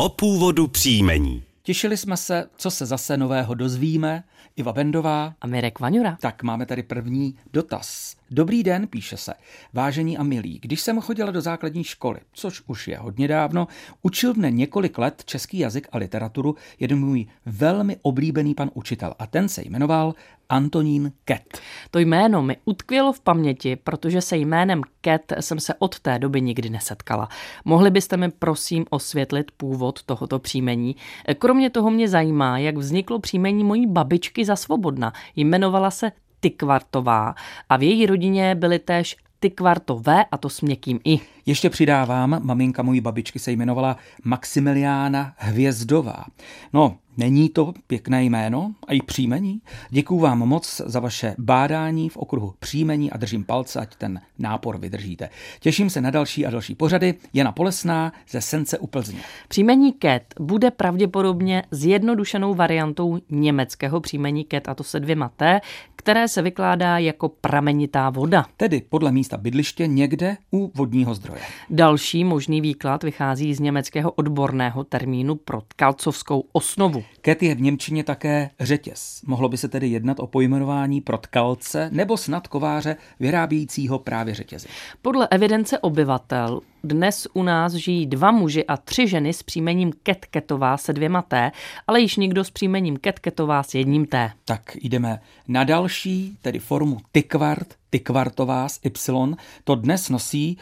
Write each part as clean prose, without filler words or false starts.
o původu příjmení. Těšili jsme se, co se zase nového dozvíme. Iva Bendová a Mirek Vaňura. Tak máme tady první dotaz. Dobrý den, píše se. Vážení a milí, když jsem chodila do základní školy, což už je hodně dávno, učil mne několik let český jazyk a literaturu jeden můj velmi oblíbený pan učitel a ten se jmenoval Antonín Ket. To jméno mi utkvělo v paměti, protože se jménem Ket jsem se od té doby nikdy nesetkala. Mohli byste mi prosím osvětlit původ tohoto příjmení? Kromě toho mě zajímá, jak vzniklo příjmení mojí babičky za Svobodna. Jmenovala se Tykvartová a v její rodině byly též Tykvartové, a to s měkkým i. Ještě přidávám, maminka mojí babičky se jmenovala Maximiliána Hvězdová. No, není to pěkné jméno a i příjmení? Děkuju vám moc za vaše bádání v okruhu příjmení a držím palce, ať ten nápor vydržíte. Těším se na další a další pořady. Jana Polesná ze Sence u Plzně. Příjmení Ket bude pravděpodobně zjednodušenou variantou německého příjmení Ket, a to se 2 T, které se vykládá jako pramenitá voda. Tedy podle místa bydliště někde u vodního zdroje. Další možný výklad vychází z německého odborného termínu pro tkalcovskou osnovu. Ket je v němčině také řetěz. Mohlo by se tedy jednat o pojmenování pro tkalce nebo snad kováře vyrábějícího právě řetězy. Podle evidence obyvatel dnes u nás žijí 2 muži a 3 ženy s příjmením Ketketová se 2 T, ale již nikdo s příjmením Ketketová s 1 T. Tak jdeme na další, tedy formu Tykvart, Tykvartová s Y. To dnes nosí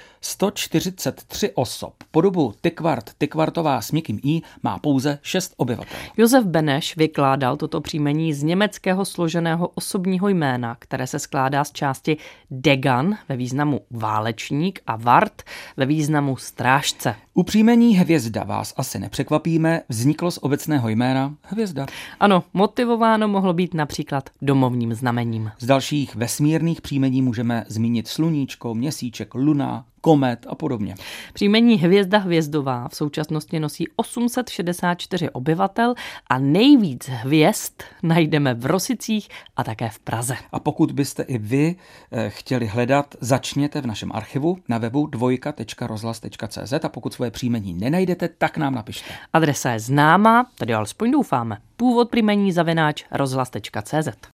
143 osob. Podobu Tykvart, Tykvartová s měkkým I má pouze 6 obyvatel. Josef Beneš vykládal toto příjmení z německého složeného osobního jména, které se skládá z části Degan ve významu válečník a Wart ve významu strážce. U příjmení Hvězda vás asi nepřekvapíme, vzniklo z obecného jména Hvězda. Ano, motivováno mohlo být například domovním znamením. Z dalších vesmírných příjmení můžeme zmínit sluníčko, měsíček, luna, komet a podobně. Příjmení Hvězda Hvězdová v současnosti nosí 864 obyvatel a nejvíc hvězd najdeme v Rosicích a také v Praze. A pokud byste i vy chtěli hledat, začněte v našem archivu na webu dvojka.rozhlas.cz a pokud svoje příjmení nenajdete, tak nám napište. Adresa je známá, tedy alespoň doufáme. Původ příjmení @rozhlas.cz.